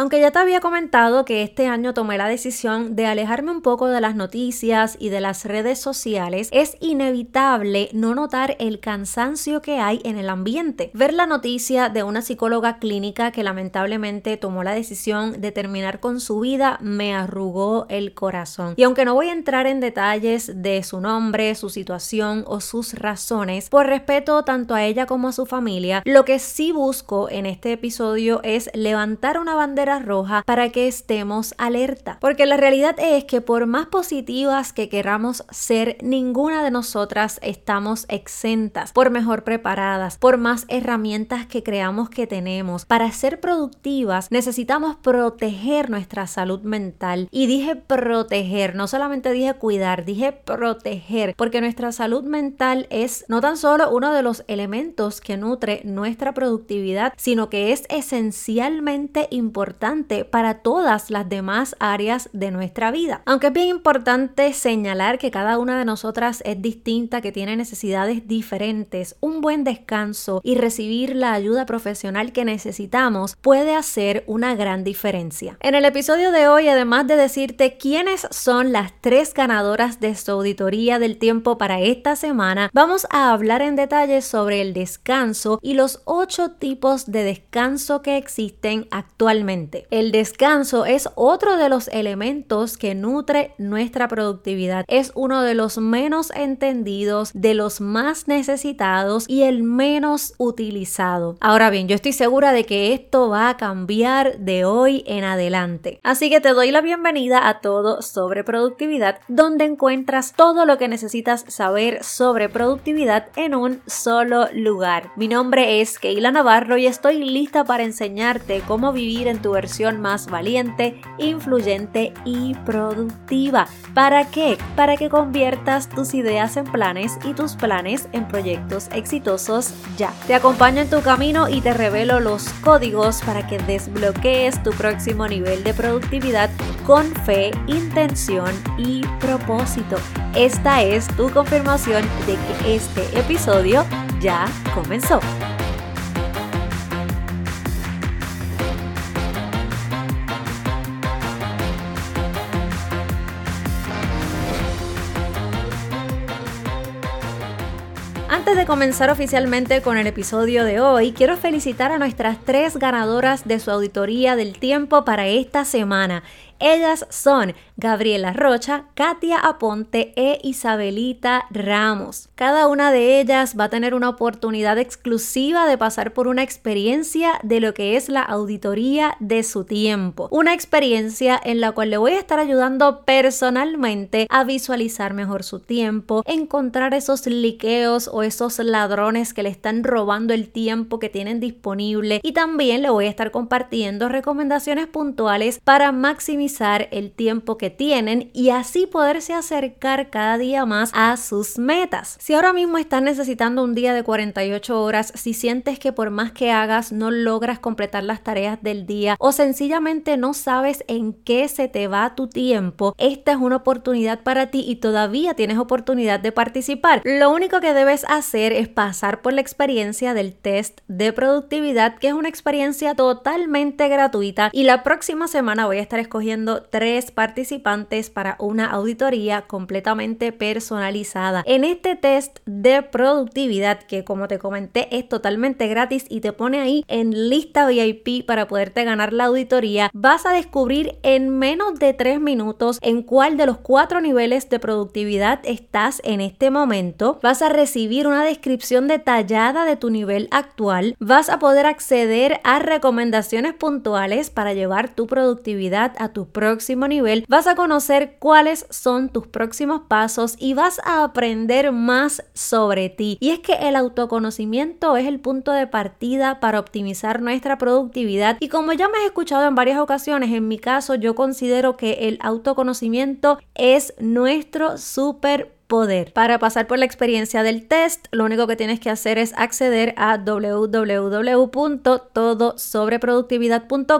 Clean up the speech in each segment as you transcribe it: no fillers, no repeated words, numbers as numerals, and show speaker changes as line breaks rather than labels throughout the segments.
Aunque ya te había comentado que este año tomé la decisión de alejarme un poco de las noticias y de las redes sociales, es inevitable no notar el cansancio que hay en el ambiente. Ver la noticia de una psicóloga clínica que lamentablemente tomó la decisión de terminar con su vida me arrugó el corazón. Y aunque no voy a entrar en detalles de su nombre, su situación o sus razones, por respeto tanto a ella como a su familia, lo que sí busco en este episodio es levantar una bandera roja para que estemos alerta. Porque la realidad es que por más positivas que queramos ser, ninguna de nosotras estamos exentas, por mejor preparadas, por más herramientas que creamos que tenemos. Para ser productivas necesitamos proteger nuestra salud mental. Y dije proteger, no solamente dije cuidar, dije proteger, porque nuestra salud mental es no tan solo uno de los elementos que nutre nuestra productividad, sino que es esencialmente importante para todas las demás áreas de nuestra vida. Aunque es bien importante señalar que cada una de nosotras es distinta, que tiene necesidades diferentes, un buen descanso y recibir la ayuda profesional que necesitamos puede hacer una gran diferencia. En el episodio de hoy, además de decirte quiénes son las 3 ganadoras de su auditoría del tiempo para esta semana, vamos a hablar en detalle sobre el descanso y los 8 tipos de descanso que existen actualmente. El descanso es otro de los elementos que nutre nuestra productividad. Es uno de los menos entendidos, de los más necesitados y el menos utilizado. Ahora bien, yo estoy segura de que esto va a cambiar de hoy en adelante. Así que te doy la bienvenida a Todo sobre Productividad, donde encuentras todo lo que necesitas saber sobre productividad en un solo lugar. Mi nombre es Keila Navarro y estoy lista para enseñarte cómo vivir en tu versión más valiente, influyente y productiva. ¿Para qué? Para que conviertas tus ideas en planes y tus planes en proyectos exitosos ya. Te acompaño en tu camino y te revelo los códigos para que desbloquees tu próximo nivel de productividad con fe, intención y propósito. Esta es tu confirmación de que este episodio ya comenzó. Antes de comenzar oficialmente con el episodio de hoy, quiero felicitar a nuestras 3 ganadoras de su auditoría del tiempo para esta semana. Ellas son Gabriela Rocha, Katia Aponte e Isabelita Ramos. Cada una de ellas va a tener una oportunidad exclusiva de pasar por una experiencia de lo que es la auditoría de su tiempo. Una experiencia en la cual le voy a estar ayudando personalmente a visualizar mejor su tiempo, encontrar esos liqueos o esos ladrones que le están robando el tiempo que tienen disponible, y también le voy a estar compartiendo recomendaciones puntuales para maximizar el tiempo que tienen y así poderse acercar cada día más a sus metas. Si ahora mismo estás necesitando un día de 48 horas, si sientes que por más que hagas no logras completar las tareas del día o sencillamente no sabes en qué se te va tu tiempo, esta es una oportunidad para ti y todavía tienes oportunidad de participar. Lo único que debes hacer es pasar por la experiencia del test de productividad, que es una experiencia totalmente gratuita, y la próxima semana voy a estar escogiendo 3 participantes para una auditoría completamente personalizada. En este test de productividad, que como te comenté es totalmente gratis y te pone ahí en lista VIP para poderte ganar la auditoría, vas a descubrir en menos de 3 minutos en cuál de los 4 niveles de productividad estás en este momento. Vas a recibir una descripción detallada de tu nivel actual, vas a poder acceder a recomendaciones puntuales para llevar tu productividad a tu próximo nivel, vas a conocer cuáles son tus próximos pasos y vas a aprender más sobre ti. Y es que el autoconocimiento es el punto de partida para optimizar nuestra productividad, y como ya me has escuchado en varias ocasiones, en mi caso yo considero que el autoconocimiento es nuestro superpoder. Para pasar por la experiencia del test, lo único que tienes que hacer es acceder a www.todosobreproductividad.com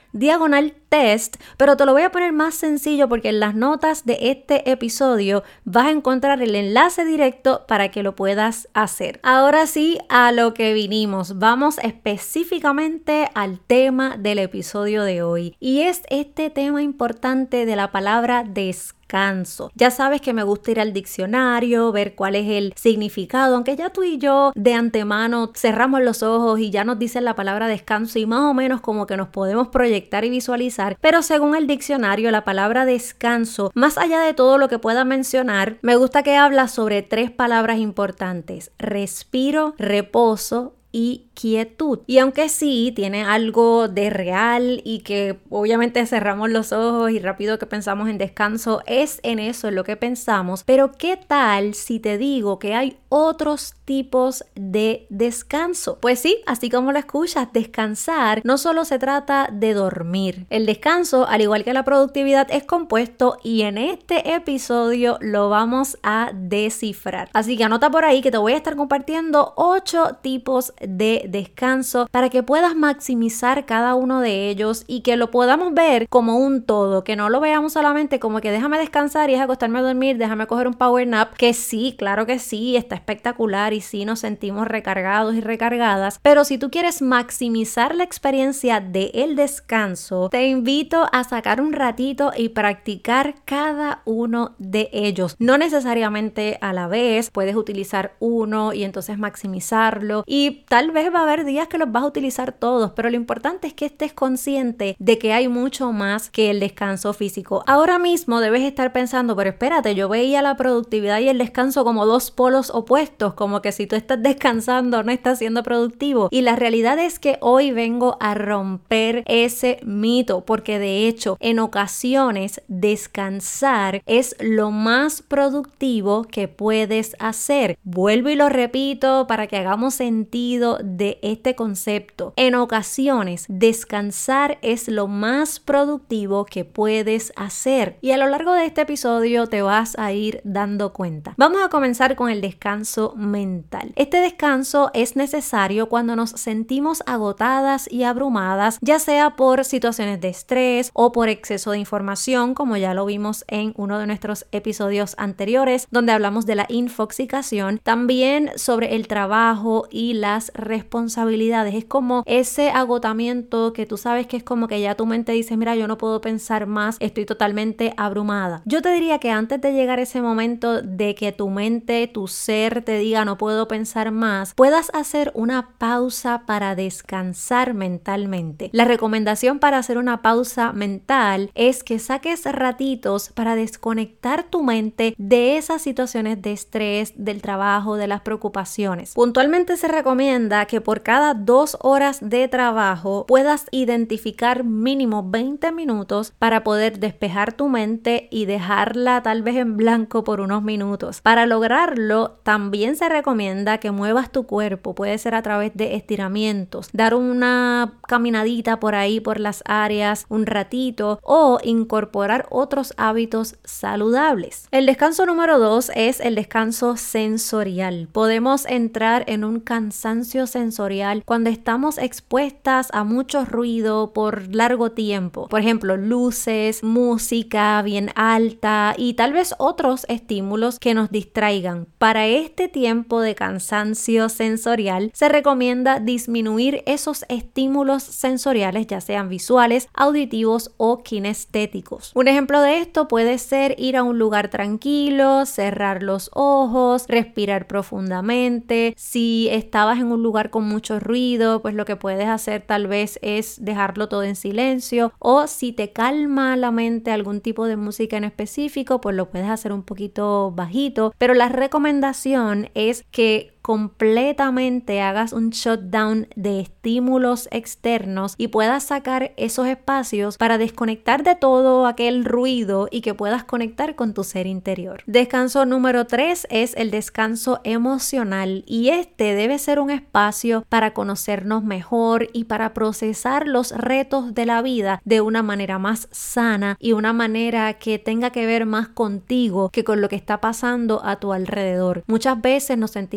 /test, pero te lo voy a poner más sencillo porque en las notas de este episodio vas a encontrar el enlace directo para que lo puedas hacer. Ahora sí, a lo que vinimos. Vamos específicamente al tema del episodio de hoy y es este tema importante de la palabra descanso. Ya sabes que me gusta ir al diccionario, ver cuál es el significado, aunque ya tú y yo de antemano cerramos los ojos y ya nos dicen la palabra descanso y más o menos como que nos podemos proyectar y visualizar, pero según el diccionario la palabra descanso, más allá de todo lo que pueda mencionar, me gusta que habla sobre 3 palabras importantes: respiro, reposo y quietud. Y aunque sí tiene algo de real y que obviamente cerramos los ojos y rápido que pensamos en descanso es en eso en lo que pensamos, pero ¿qué tal si te digo que hay otros tipos de descanso? Pues sí, así como lo escuchas, descansar no solo se trata de dormir. El descanso, al igual que la productividad, es compuesto y en este episodio lo vamos a descifrar. Así que anota por ahí que te voy a estar compartiendo 8 tipos de descanso para que puedas maximizar cada uno de ellos y que lo podamos ver como un todo, que no lo veamos solamente como que déjame descansar y es acostarme a dormir, déjame coger un power nap, que sí, claro que sí, está espectacular y sí nos sentimos recargados y recargadas, pero si tú quieres maximizar la experiencia del descanso, te invito a sacar un ratito y practicar cada uno de ellos. No necesariamente a la vez, puedes utilizar uno y entonces maximizarlo y tal vez va a haber días que los vas a utilizar todos, pero lo importante es que estés consciente de que hay mucho más que el descanso físico. Ahora mismo debes estar pensando, pero espérate, yo veía la productividad y el descanso como 2 polos opuestos, como que si tú estás descansando no estás siendo productivo. Y la realidad es que hoy vengo a romper ese mito, porque de hecho en ocasiones descansar es lo más productivo que puedes hacer. Vuelvo y lo repito para que hagamos sentido de este concepto. En ocasiones, descansar es lo más productivo que puedes hacer. Y a lo largo de este episodio te vas a ir dando cuenta. Vamos a comenzar con el descanso mental. Este descanso es necesario cuando nos sentimos agotadas y abrumadas, ya sea por situaciones de estrés o por exceso de información, como ya lo vimos en uno de nuestros episodios anteriores, donde hablamos de la infoxicación, también sobre el trabajo y las responsabilidades. Es como ese agotamiento que tú sabes que es como que ya tu mente dice, mira, yo no puedo pensar más, estoy totalmente abrumada. Yo te diría que antes de llegar a ese momento de que tu mente, tu ser te diga no puedo pensar más, puedas hacer una pausa para descansar mentalmente. La recomendación para hacer una pausa mental es que saques ratitos para desconectar tu mente de esas situaciones de estrés, del trabajo, de las preocupaciones. Puntualmente se recomienda que por cada 2 horas de trabajo puedas identificar mínimo 20 minutos para poder despejar tu mente y dejarla tal vez en blanco por unos minutos. Para lograrlo, también se recomienda que muevas tu cuerpo, puede ser a través de estiramientos, dar una caminadita por ahí por las áreas un ratito o incorporar otros hábitos saludables. El descanso número 2 es el descanso sensorial. Podemos entrar en un cansancio sensorial cuando estamos expuestas a mucho ruido por largo tiempo. Por ejemplo, luces, música bien alta y tal vez otros estímulos que nos distraigan. Para este tiempo de cansancio sensorial se recomienda disminuir esos estímulos sensoriales, ya sean visuales, auditivos o kinestéticos. Un ejemplo de esto puede ser ir a un lugar tranquilo, cerrar los ojos, respirar profundamente. Si estabas en un lugar con mucho ruido, pues lo que puedes hacer tal vez es dejarlo todo en silencio, o si te calma la mente algún tipo de música en específico, pues lo puedes hacer un poquito bajito, pero la recomendación es que completamente hagas un shutdown de estímulos externos y puedas sacar esos espacios para desconectar de todo aquel ruido y que puedas conectar con tu ser interior. Descanso número 3 es el descanso emocional y este debe ser un espacio para conocernos mejor y para procesar los retos de la vida de una manera más sana y una manera que tenga que ver más contigo que con lo que está pasando a tu alrededor. Muchas veces nos sentimos drenados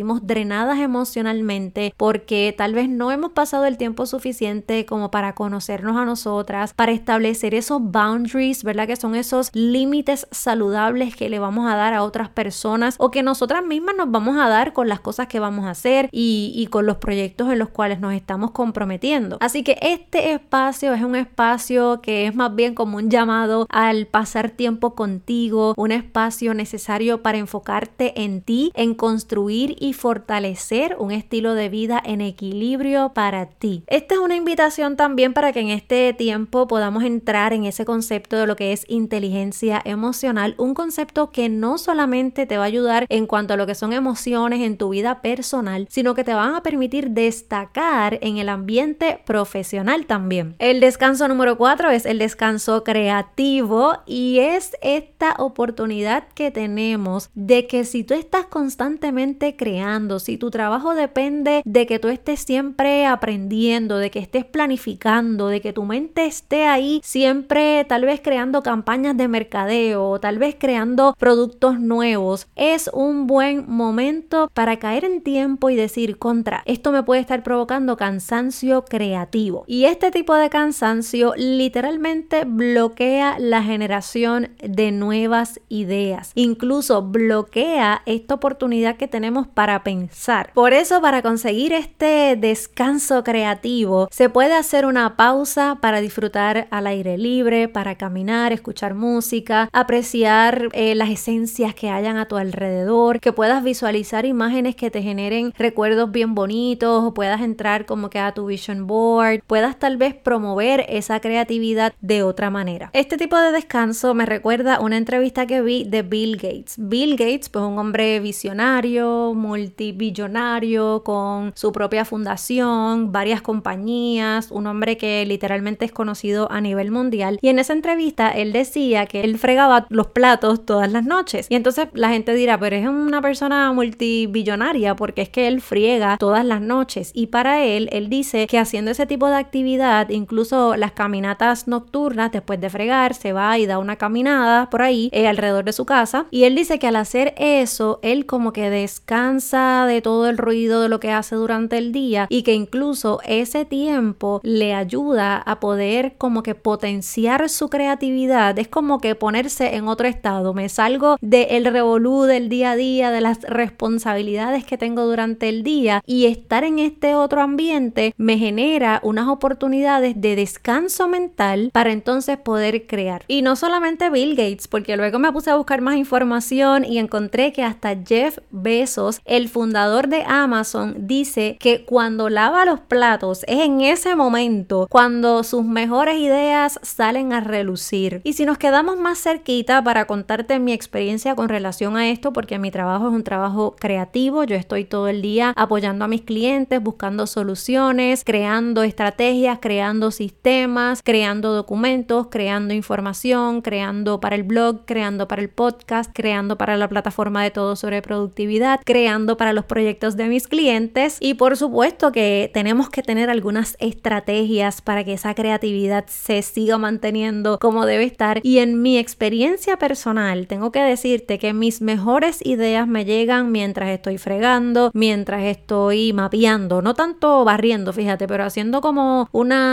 drenadas emocionalmente porque tal vez no hemos pasado el tiempo suficiente como para conocernos a nosotras, para establecer esos boundaries, ¿verdad? Que son esos límites saludables que le vamos a dar a otras personas o que nosotras mismas nos vamos a dar con las cosas que vamos a hacer y con los proyectos en los cuales nos estamos comprometiendo. Así que este espacio es un espacio que es más bien como un llamado al pasar tiempo contigo, un espacio necesario para enfocarte en ti, en construir y fortalecer un estilo de vida en equilibrio para ti. Esta es una invitación también para que en este tiempo podamos entrar en ese concepto de lo que es inteligencia emocional, un concepto que no solamente te va a ayudar en cuanto a lo que son emociones en tu vida personal, sino que te van a permitir destacar en el ambiente profesional también. El descanso número 4 es el descanso creativo y es esta oportunidad que tenemos de que si tú estás constantemente creando, si tu trabajo depende de que tú estés siempre aprendiendo, de que estés planificando, de que tu mente esté ahí siempre tal vez creando campañas de mercadeo o tal vez creando productos nuevos, es un buen momento para caer en tiempo y decir esto me puede estar provocando cansancio creativo. Y este tipo de cansancio literalmente bloquea la generación de nuevas ideas. Incluso bloquea esta oportunidad que tenemos para pensar. Por eso, para conseguir este descanso creativo, se puede hacer una pausa para disfrutar al aire libre, para caminar, escuchar música, apreciar las esencias que hayan a tu alrededor, que puedas visualizar imágenes que te generen recuerdos bien bonitos o puedas entrar como que a tu vision board, puedas tal vez promover esa creatividad de otra manera. Este tipo de descanso me recuerda una entrevista que vi de Bill Gates. Bill Gates, pues un hombre visionario, multibillonario, con su propia fundación, varias compañías, un hombre que literalmente es conocido a nivel mundial, y en esa entrevista él decía que él fregaba los platos todas las noches. Y entonces la gente dirá, pero es una persona multibillonaria porque es que él friega todas las noches, y para él dice que haciendo ese tipo de actividad, incluso las caminatas nocturnas, después de fregar se va y da una caminada por ahí alrededor de su casa, y él dice que al hacer eso él como que descansa de todo el ruido de lo que hace durante el día y que incluso ese tiempo le ayuda a poder como que potenciar su creatividad. Es como que ponerse en otro estado, me salgo del revolú del día a día, de las responsabilidades que tengo durante el día, y estar en este otro ambiente me genera unas oportunidades de descanso mental para entonces poder crear. Y no solamente Bill Gates, porque luego me puse a buscar más información y encontré que hasta Jeff Bezos, el fundador de Amazon, dice que cuando lava los platos es en ese momento cuando sus mejores ideas salen a relucir. Y si nos quedamos más cerquita para contarte mi experiencia con relación a esto, porque mi trabajo es un trabajo creativo, yo estoy todo el día apoyando a mis clientes, buscando soluciones, creando estrategias, creando sistemas, creando documentos, creando información, creando para el blog, creando para el podcast, creando para la plataforma de Todo sobre Productividad, creando para los proyectos de mis clientes. Y por supuesto que tenemos que tener algunas estrategias para que esa creatividad se siga manteniendo como debe estar. Y en mi experiencia personal tengo que decirte que mis mejores ideas me llegan mientras estoy fregando, mientras estoy mapeando, no tanto barriendo, fíjate, pero haciendo como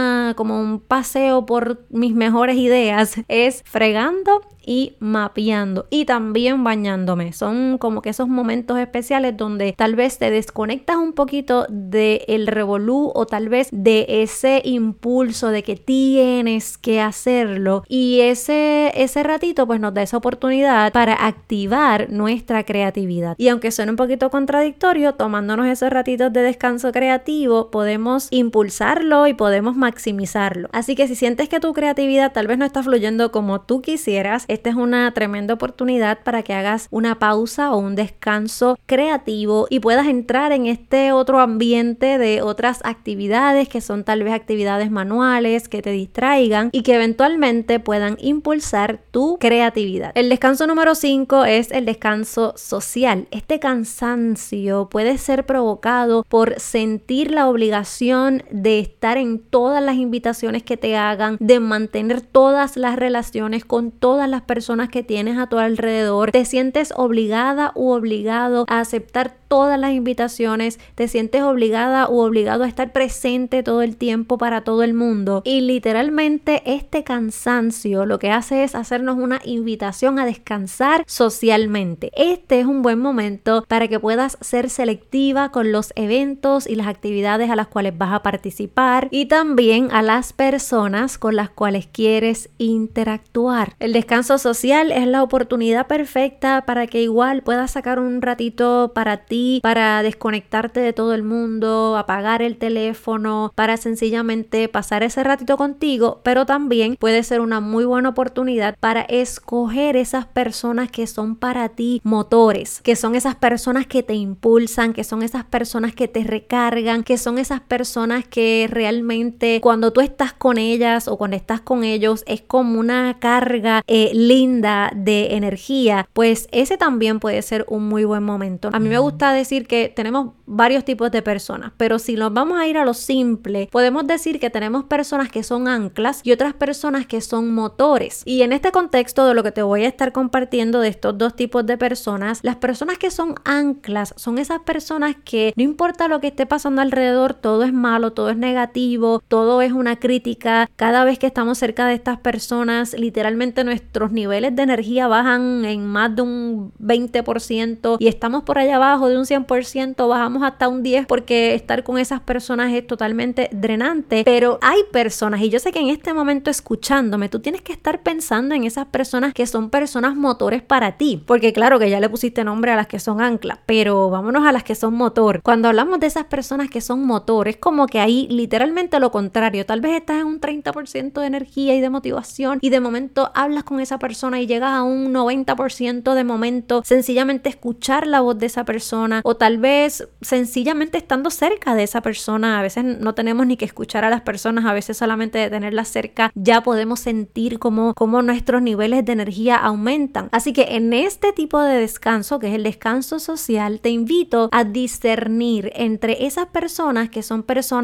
un paseo por mis mejores ideas, es fregando y mapeando y también bañándome. Son como que esos momentos especiales donde tal vez te desconectas un poquito del revolú o tal vez de ese impulso de que tienes que hacerlo, y ese ratito pues nos da esa oportunidad para activar nuestra creatividad. Y aunque suene un poquito contradictorio, tomándonos esos ratitos de descanso creativo podemos impulsarlo y podemos maximizarlo. Así que si sientes que tu creatividad tal vez no está fluyendo como tú quisieras, esta es una tremenda oportunidad para que hagas una pausa o un descanso creativo y puedas entrar en este otro ambiente de otras actividades que son tal vez actividades manuales que te distraigan y que eventualmente puedan impulsar tu creatividad. El descanso número 5 es el descanso social. Este cansancio puede ser provocado por sentir la obligación de estar en todas las invitaciones que te hagan, de mantener todas las relaciones con todas las personas que tienes a tu alrededor. Te sientes obligada u obligado a aceptar todas las invitaciones, te sientes obligada u obligado a estar presente todo el tiempo para todo el mundo. Y literalmente este cansancio lo que hace es hacernos una invitación a descansar socialmente. Este es un buen momento para que puedas ser selectiva con los eventos y las actividades a las cuales vas a participar y también a las personas con las cuales quieres interactuar. El descanso social es la oportunidad perfecta para que igual puedas sacar un ratito para ti, para desconectarte de todo el mundo, apagar el teléfono, para sencillamente pasar ese ratito contigo, pero también puede ser una muy buena oportunidad para escoger esas personas que son para ti motores, que son esas personas que te impulsan, que son esas personas que te recargan, que son esas personas que realmente cuando tú estás con ellas o cuando estás con ellos es como una carga linda de energía. Pues ese también puede ser un muy buen momento. A mí me gusta decir que tenemos varios tipos de personas, pero si nos vamos a ir a lo simple, podemos decir que tenemos personas que son anclas y otras personas que son motores. Y en este contexto de lo que te voy a estar compartiendo de estos dos tipos de personas, las personas que son anclas son esas personas que no importa lo que esté pasando alrededor, todo es malo, todo es negativo, todo es una crítica. Cada vez que estamos cerca de estas personas, literalmente nuestros niveles de energía bajan en más de un 20% y estamos por allá abajo de un 100%, bajamos hasta un 10% porque estar con esas personas es totalmente drenante. Pero hay personas, y yo sé que en este momento escuchándome, tú tienes que estar pensando en esas personas que son personas motores para ti, porque claro que ya le pusiste nombre a las que son anclas, pero vámonos a las que son motor. Cuando hablamos de esas personas que son motor, es como que ahí literalmente lo contrario. Tal vez estás en un 30% de energía y de motivación y de momento hablas con esa persona y llegas a un 90% de momento sencillamente escuchar la voz de esa persona, o tal vez sencillamente estando cerca de esa persona. A veces no tenemos ni que escuchar a las personas, a veces solamente de tenerlas cerca ya podemos sentir cómo nuestros niveles de energía aumentan. Así que en este tipo de descanso, que es el descanso social, te invito a discernir entre esas personas que son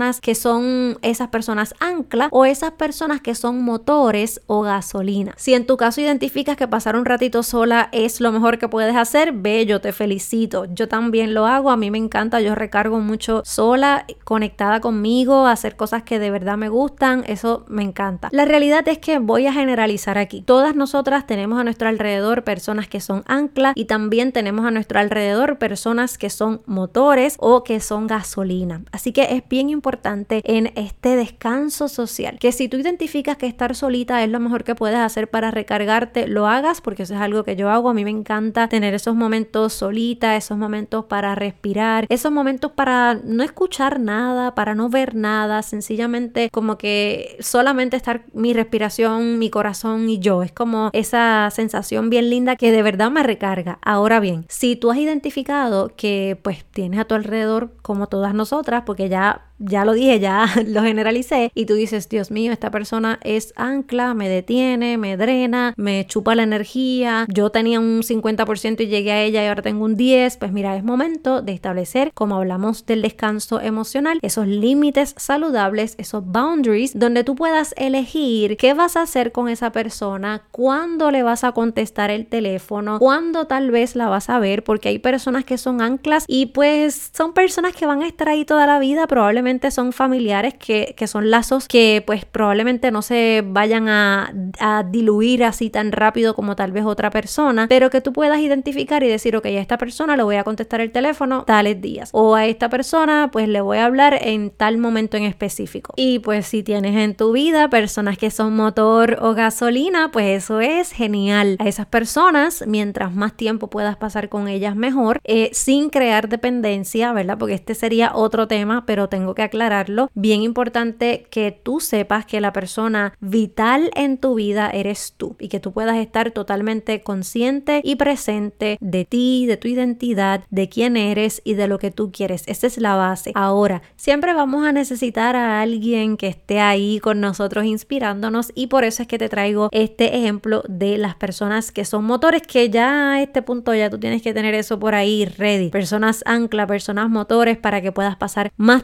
esas personas ancla o esas personas que son motores o gasolina. Si en tu caso identificas que pasar un ratito sola es lo mejor que puedes hacer, ve, yo te felicito. Yo también lo hago, a mí me encanta, yo recargo mucho sola, conectada conmigo, hacer cosas que de verdad me gustan, eso me encanta. La realidad es que voy a generalizar aquí. Todas nosotras tenemos a nuestro alrededor personas que son ancla y también tenemos a nuestro alrededor personas que son motores o que son gasolina. Así que es bien importante en este descanso social que si tú identificas que estar solita es lo mejor que puedes hacer para recargarte, lo hagas, porque eso es algo que yo hago. A mí me encanta tener esos momentos solita, esos momentos para respirar, esos momentos para no escuchar nada, para no ver nada, sencillamente como que solamente estar mi respiración, mi corazón y yo. Es como esa sensación bien linda que de verdad me recarga. Ahora bien, si tú has identificado que pues tienes a tu alrededor, como todas nosotras, porque ya lo dije, ya lo generalicé, y tú dices, Dios mío, esta persona es ancla, me detiene, me drena, me chupa la energía, yo tenía un 50% y llegué a ella y ahora tengo un 10%, pues mira, es momento de establecer, como hablamos del descanso emocional, esos límites saludables, esos boundaries, donde tú puedas elegir qué vas a hacer con esa persona, cuándo le vas a contestar el teléfono, cuándo tal vez la vas a ver, porque hay personas que son anclas y pues son personas que van a estar ahí toda la vida, probablemente son familiares que son lazos que pues probablemente no se vayan a diluir así tan rápido como tal vez otra persona, pero que tú puedas identificar y decir, ok, a esta persona le voy a contestar el teléfono tales días, o a esta persona pues le voy a hablar en tal momento en específico. Y pues si tienes en tu vida personas que son motor o gasolina, pues eso es genial. A esas personas, mientras más tiempo puedas pasar con ellas mejor, sin crear dependencia, ¿verdad? Porque este sería otro tema, pero tengo que aclararlo. Bien importante que tú sepas que la persona vital en tu vida eres tú y que tú puedas estar totalmente consciente y presente de ti, de tu identidad, de quién eres y de lo que tú quieres. Esa es la base. Ahora, siempre vamos a necesitar a alguien que esté ahí con nosotros inspirándonos, y por eso es que te traigo este ejemplo de las personas que son motores, que ya a este punto ya tú tienes que tener eso por ahí ready. Personas ancla, personas motores, para que puedas pasar más tiempo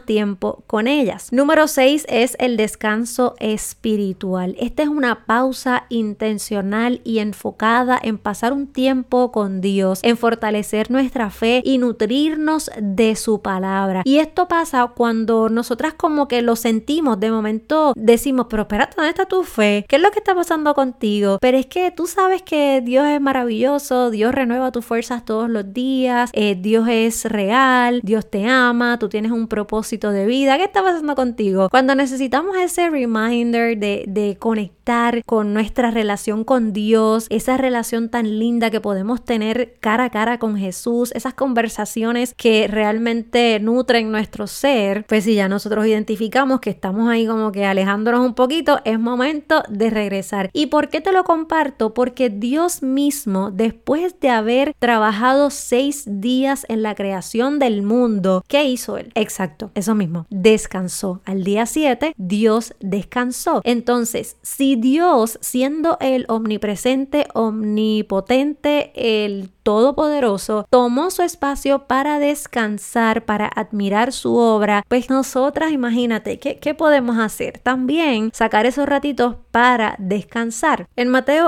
tiempo con ellas. Número 6 es el descanso espiritual. Esta es una pausa intencional y enfocada en pasar un tiempo con Dios, en fortalecer nuestra fe y nutrirnos de su palabra. Y esto pasa cuando nosotras como que lo sentimos, de momento decimos, pero espérate, ¿dónde está tu fe? ¿Qué es lo que está pasando contigo? Pero es que tú sabes que Dios es maravilloso, Dios renueva tus fuerzas todos los días, Dios es real, Dios te ama, tú tienes un propósito de vida. ¿Qué está pasando contigo? Cuando necesitamos ese reminder de conectar con nuestra relación con Dios, esa relación tan linda que podemos tener cara a cara con Jesús, esas conversaciones que realmente nutren nuestro ser, pues si ya nosotros identificamos que estamos ahí como que alejándonos un poquito, es momento de regresar. ¿Y por qué te lo comparto? Porque Dios mismo, después de haber trabajado 6 días en la creación del mundo, ¿qué hizo Él? Exacto, eso mismo, descansó. Al día 7, Dios descansó. Entonces, si Dios, siendo el omnipresente, omnipotente, el Todopoderoso, tomó su espacio para descansar, para admirar su obra, pues nosotras, imagínate, ¿qué podemos hacer? También sacar esos ratitos para descansar. En Mateo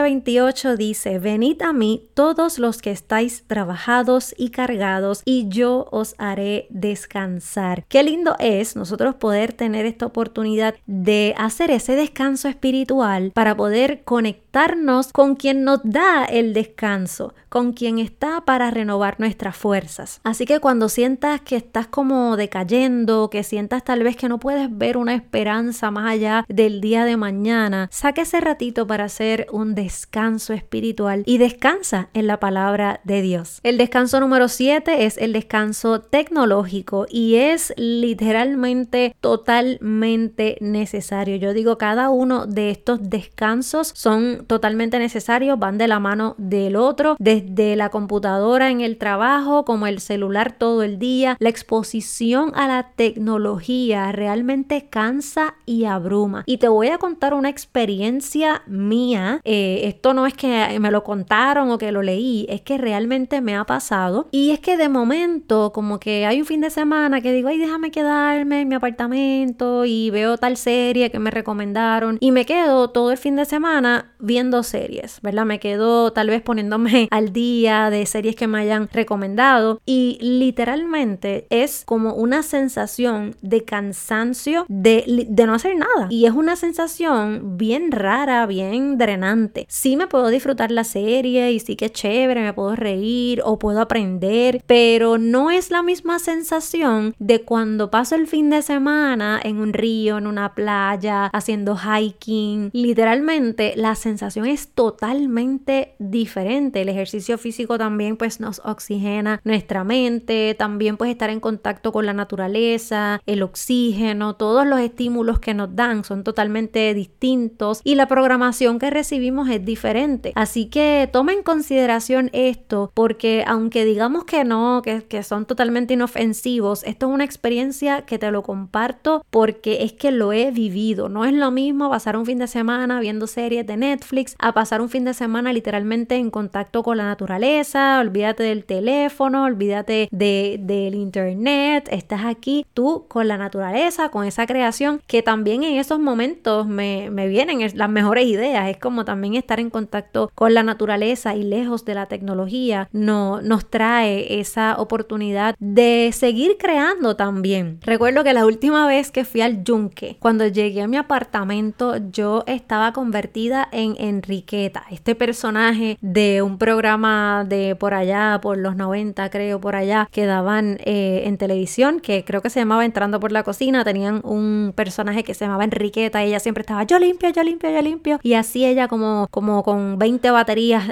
11:28 dice, venid a mí todos los que estáis trabajados y cargados, y yo os haré descansar. Qué lindo es nosotros poder tener esta oportunidad de hacer ese descanso espiritual para poder conectarnos con quien nos da el descanso, con quien está para renovar nuestras fuerzas. Así que cuando sientas que estás como decayendo, que sientas tal vez que no puedes ver una esperanza más allá del día de mañana, saca ese ratito para hacer un descanso espiritual y descansa en la palabra de Dios. El descanso número 7 es el descanso tecnológico y es literalmente totalmente necesario. Yo digo, cada uno de estos descansos son totalmente necesarios, van de la mano del otro, desde la computadora en el trabajo como el celular todo el día. La exposición a la tecnología realmente cansa y abruma. Y te voy a contar una experiencia mía. Esto no es que me lo contaron o que lo leí, es que realmente me ha pasado. Y es que de momento como que hay un fin de semana que digo, ay, déjame quedarme en mi apartamento y veo tal serie que me recomendaron y me quedo todo el fin de semana viendo series, ¿verdad? Me quedo tal vez poniéndome al día de series que me hayan recomendado y literalmente es como una sensación de cansancio de no hacer nada y es una sensación bien rara, bien drenante. Sí me puedo disfrutar la serie y sí que es chévere, me puedo reír o puedo aprender, pero no es la misma sensación de cuando paso el fin de semana en un río, en una playa, haciendo hiking. Literalmente la sensación es totalmente diferente. El ejercicio físico también pues nos oxigena nuestra mente, también pues estar en contacto con la naturaleza, el oxígeno, todos los estímulos que nos dan son totalmente distintos y la programación que recibimos es diferente. Así que toma en consideración esto porque aunque digamos que no, que son totalmente inofensivos, esto es una experiencia que te lo comparto porque es que lo he vivido. No es lo mismo pasar un fin de semana viendo series de Netflix a pasar un fin de semana literalmente en contacto con la naturaleza. Olvídate del teléfono, olvídate del internet, estás aquí tú con la naturaleza, con esa creación que también en esos momentos me vienen las mejores ideas. Es como también estar en contacto con la naturaleza y lejos de la tecnología nos trae esa oportunidad de seguir creando también. Recuerdo que la última vez que fui al Yunque, cuando llegué a mi apartamento, yo estaba convertida en Enriqueta, este personaje de un programa de por allá, por los 90 creo, por allá, que daban en televisión, que creo que se llamaba Entrando por la Cocina. Tenían un personaje que se llamaba Enriqueta y ella siempre estaba yo limpio, yo limpio, yo limpio, y así ella como con 20 baterías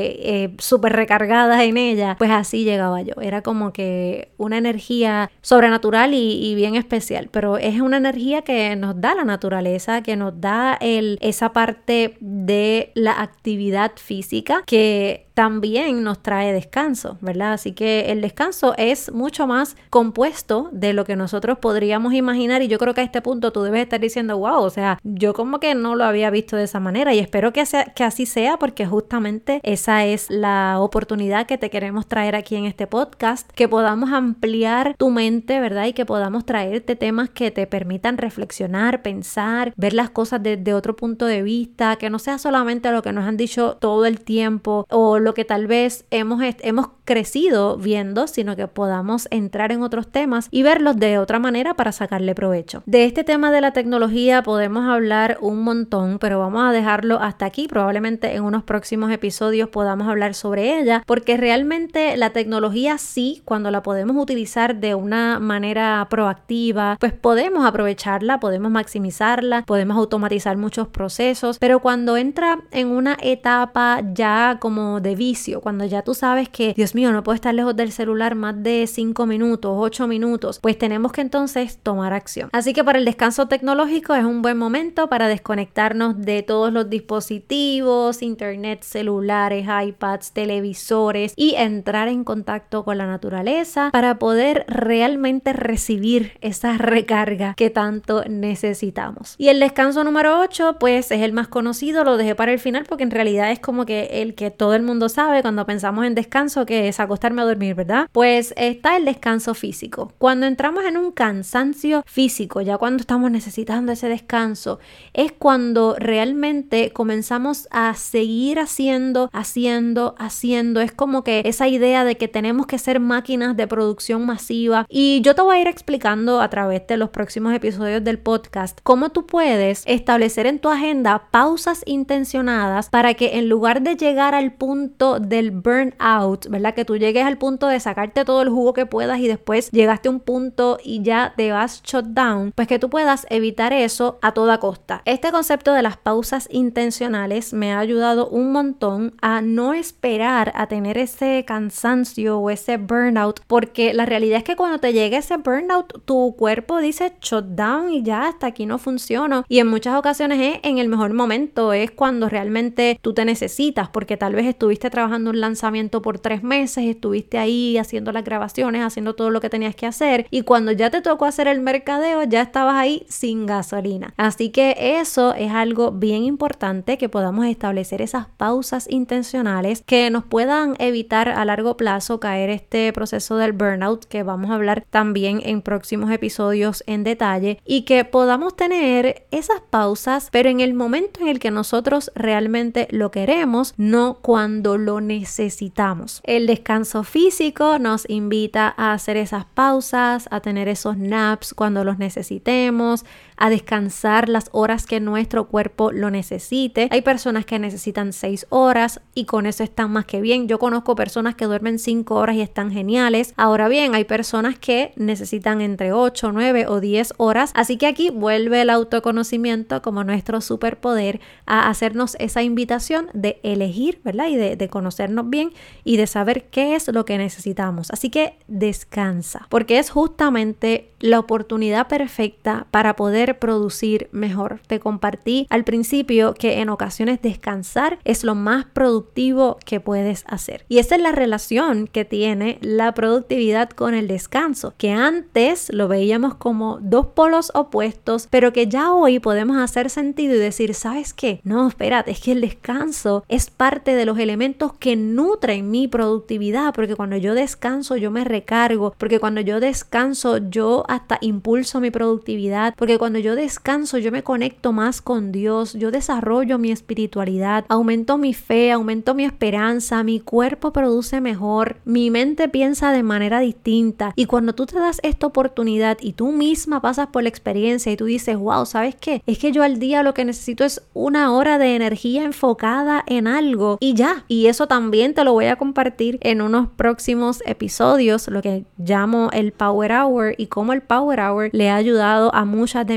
súper recargadas en ella, pues así llegaba yo. Era como que una energía sobrenatural y bien especial, pero es una energía que nos da la naturaleza, que nos da esa parte de la actividad física que también nos trae descanso, ¿verdad? Así que el descanso es mucho más compuesto de lo que nosotros podríamos imaginar, y yo creo que a este punto tú debes estar diciendo, wow, o sea, yo como que no lo había visto de esa manera, y espero que así sea, porque justamente esa es la oportunidad que te queremos traer aquí en este podcast, que podamos ampliar tu mente, ¿verdad? Y que podamos traerte temas que te permitan reflexionar, pensar, ver las cosas desde otro punto de vista, que no sea solamente lo que nos han dicho todo el tiempo o lo que tal vez hemos crecido viendo, sino que podamos entrar en otros temas y verlos de otra manera para sacarle provecho. De este tema de la tecnología podemos hablar un montón, pero vamos a dejarlo hasta aquí. Probablemente en unos próximos episodios podamos hablar sobre ella, porque realmente la tecnología sí, cuando la podemos utilizar de una manera proactiva, pues podemos aprovecharla, podemos maximizarla, podemos automatizar muchos procesos, pero cuando entra en una etapa ya como de vicio, cuando ya tú sabes que, Dios mío, no puedo estar lejos del celular más de 5 minutos, 8 minutos, pues tenemos que entonces tomar acción. Así que para el descanso tecnológico es un buen momento para desconectarnos de todos los dispositivos, internet, celulares, iPads, televisores, y entrar en contacto con la naturaleza para poder realmente recibir esa recarga que tanto necesitamos. Y el descanso número 8, pues es el más conocido, lo dejé para el final porque en realidad es como que el que todo el mundo sabe cuando pensamos en descanso, que es acostarme a dormir, ¿verdad? Pues está el descanso físico. Cuando entramos en un cansancio físico, ya cuando estamos necesitando ese descanso, es cuando realmente comenzamos a seguir haciendo. Es como que esa idea de que tenemos que ser máquinas de producción masiva. Y yo te voy a ir explicando a través de los próximos episodios del podcast cómo tú puedes establecer en tu agenda pausas intencionadas para que en lugar de llegar al punto del burnout, ¿verdad? Que tú llegues al punto de sacarte todo el jugo que puedas y después llegaste a un punto y ya te vas shut down, pues que tú puedas evitar eso a toda costa. Este concepto de las pausas intencionales me ha ayudado un montón a no esperar a tener ese cansancio o ese burnout, porque la realidad es que cuando te llegue ese burnout, tu cuerpo dice shut down y ya, hasta aquí no funciona, y en muchas ocasiones es en el mejor momento, es cuando realmente tú te necesitas, porque tal vez estuviste trabajando un lanzamiento por 3 meses, estuviste ahí haciendo las grabaciones, haciendo todo lo que tenías que hacer, y cuando ya te tocó hacer el mercadeo, ya estabas ahí sin gasolina. Así que eso es algo bien importante, que podamos establecer esas pausas intencionales que nos puedan evitar a largo plazo caer este proceso del burnout, que vamos a hablar también en próximos episodios en detalle, y que podamos tener esas pausas, pero en el momento en el que nosotros realmente lo queremos, no cuando lo necesitamos. El descanso físico nos invita a hacer esas pausas, a tener esos naps cuando los necesitemos, a descansar las horas que nuestro cuerpo lo necesite. Hay personas que necesitan 6 horas y con eso están más que bien. Yo conozco personas que duermen 5 horas y están geniales. Ahora bien, hay personas que necesitan entre 8, 9 o 10 horas. Así que aquí vuelve el autoconocimiento como nuestro superpoder a hacernos esa invitación de elegir, ¿verdad? Y de conocernos bien y de saber qué es lo que necesitamos. Así que descansa, porque es justamente la oportunidad perfecta para poder producir mejor. Te compartí al principio que en ocasiones descansar es lo más productivo que puedes hacer. Y esa es la relación que tiene la productividad con el descanso, que antes lo veíamos como dos polos opuestos, pero que ya hoy podemos hacer sentido y decir, ¿sabes qué? No, espérate, es que el descanso es parte de los elementos que nutren mi productividad, porque cuando yo descanso yo me recargo, porque cuando yo descanso yo hasta impulso mi productividad, porque cuando yo descanso yo me conecto más con Dios, yo desarrollo mi espiritualidad, aumento mi fe, aumento mi esperanza, mi cuerpo produce mejor, mi mente piensa de manera distinta. Y cuando tú te das esta oportunidad y tú misma pasas por la experiencia y tú dices, wow, ¿sabes qué? Es que yo al día lo que necesito es 1 hora de energía enfocada en algo y ya. Y eso también te lo voy a compartir en unos próximos episodios, lo que llamo el Power Hour y cómo el Power Hour le ha ayudado a muchas de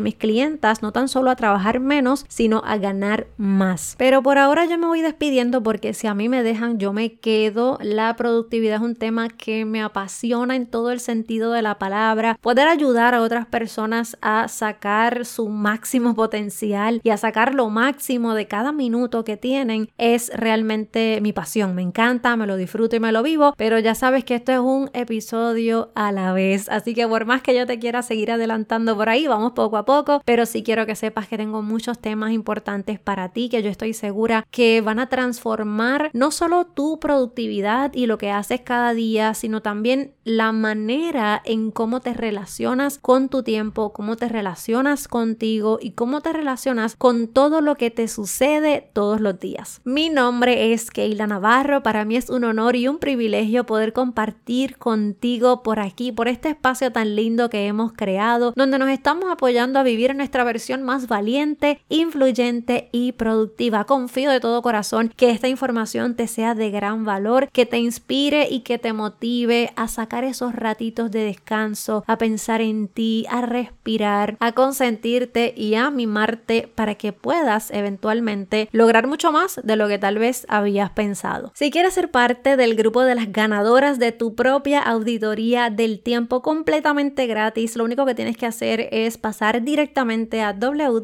mis clientas no tan solo a trabajar menos, sino a ganar más. Pero por ahora yo me voy despidiendo porque si a mí me dejan, yo me quedo. La productividad es un tema que me apasiona en todo el sentido de la palabra. Poder ayudar a otras personas a sacar su máximo potencial y a sacar lo máximo de cada minuto que tienen es realmente mi pasión. Me encanta, me lo disfruto y me lo vivo, pero ya sabes que esto es un episodio a la vez. Así que por más que yo te quiera seguir adelantando por ahí, vamos poco a poco, pero sí quiero que sepas que tengo muchos temas importantes para ti que yo estoy segura que van a transformar no solo tu productividad y lo que haces cada día, sino también la manera en cómo te relacionas con tu tiempo, cómo te relacionas contigo y cómo te relacionas con todo lo que te sucede todos los días. Mi nombre es Keila Navarro. Para mí es un honor y un privilegio poder compartir contigo por aquí, por este espacio tan lindo que hemos creado, donde nos estamos apoyando a vivir nuestra versión más valiente, influyente y productiva. Confío de todo corazón que esta información te sea de gran valor, que te inspire y que te motive a sacar esos ratitos de descanso, a pensar en ti, a respirar, a consentirte y a mimarte para que puedas eventualmente lograr mucho más de lo que tal vez habías pensado. Si quieres ser parte del grupo de las ganadoras de tu propia auditoría del tiempo completamente gratis, lo único que tienes que hacer es pasar directamente a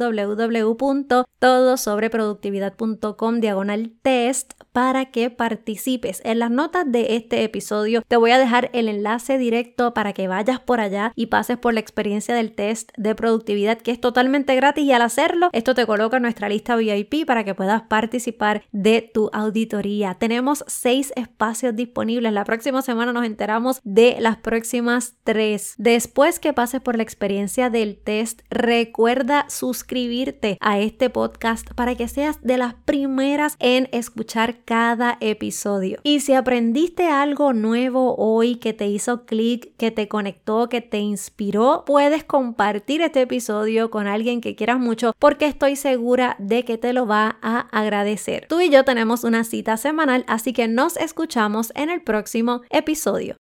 www.todosobreproductividad.com/test para que participes. En las notas de este episodio te voy a dejar el enlace directo para que vayas por allá y pases por la experiencia del test de productividad, que es totalmente gratis, y al hacerlo, esto te coloca en nuestra lista VIP para que puedas participar de tu auditoría. Tenemos 6 espacios disponibles. La próxima semana nos enteramos de las próximas 3. Después que pases por la experiencia del test, recuerda suscribirte a este podcast para que seas de las primeras en escuchar cada episodio. Y si aprendiste algo nuevo hoy que te hizo clic, que te conectó, que te inspiró, puedes compartir este episodio con alguien que quieras mucho porque estoy segura de que te lo va a agradecer. Tú y yo tenemos una cita semanal, así que nos escuchamos en el próximo episodio.